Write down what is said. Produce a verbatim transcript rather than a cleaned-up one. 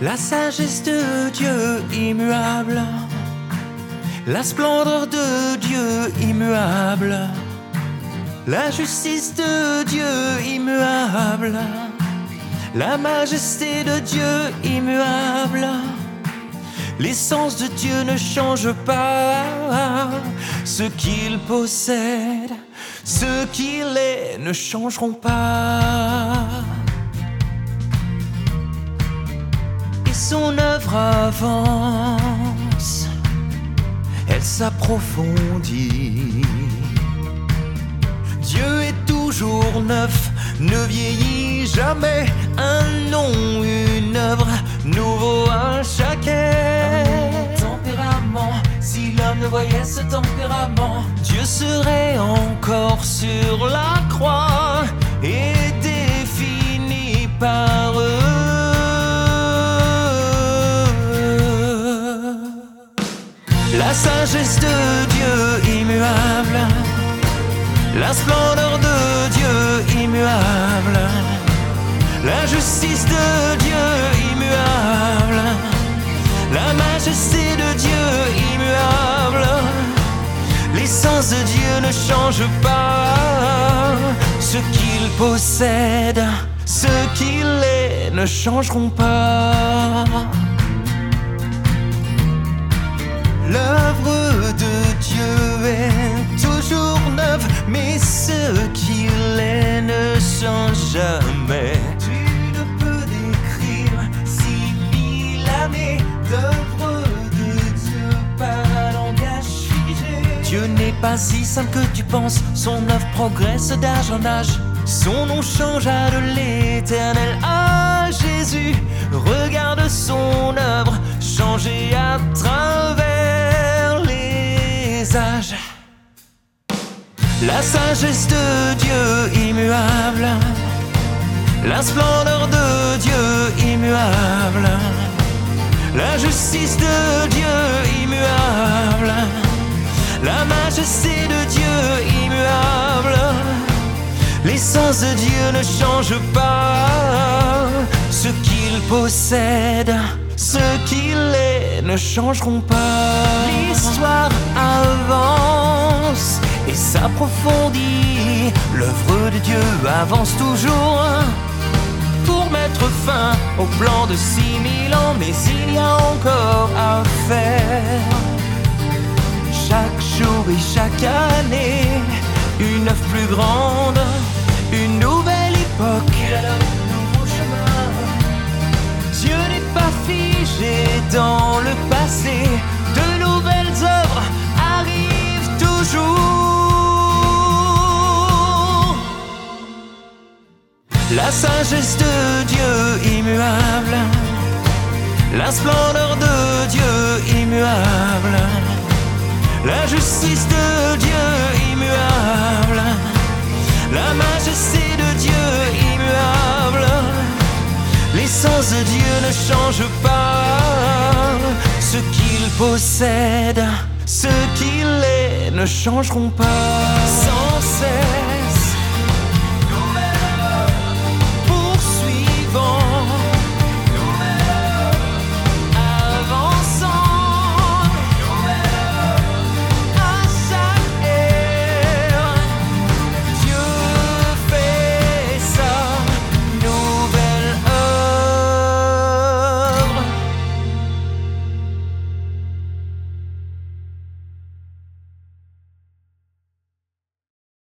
La sagesse de Dieu immuable, la splendeur de Dieu immuable, la justice de Dieu immuable, la majesté de Dieu immuable. L'essence de Dieu ne change pas. Ce qu'il possède, ce qu'il est ne changeront pas. Et son œuvre avance, elle s'approfondit. Dieu est toujours neuf, ne vieillit jamais. Un nom, une œuvre, nouveau à chaque tempérament. Si l'homme ne voyait ce tempérament, Dieu serait encore sur la croix et défini par eux. La sagesse de Dieu immuable, la splendeur de Dieu immuable, la justice de Dieu immuable, la majesté de Dieu immuable. L'essence de Dieu ne change pas. Ce qu'il possède, ce qu'il est ne changeront pas. L'œuvre de Dieu est toujours neuve, mais ce qu'il est ne change jamais. Tu ne peux décrire six mille années d'œuvre de Dieu par un langage figé. Dieu n'est pas si simple que tu penses, son œuvre progresse d'âge en âge. Son nom changea de l'éternel à Jésus. Regarde son œuvre changer à travers les âges. La sagesse de Dieu immuable, la splendeur de Dieu immuable, la justice de Dieu immuable, la majesté de Dieu immuable. L'essence de Dieu ne change pas. Ce qu'il possède, ce qu'il est ne changeront pas. L'histoire avance et s'approfondit. L'œuvre de Dieu avance toujours pour mettre fin au plan de six mille ans. Mais il y a encore à faire. Chaque jour et chaque année, une œuvre plus grande, une nouvelle époque, un nouveau chemin. Dieu n'est pas figé dans le passé, de nouvelles œuvres arrivent toujours. La sagesse de Dieu immuable, la splendeur de Dieu immuable, la justice de Dieu immuable, la majesté de Dieu immuable. L'essence de Dieu ne change pas. Ce qu'il possède, ce qu'il est ne changeront pas.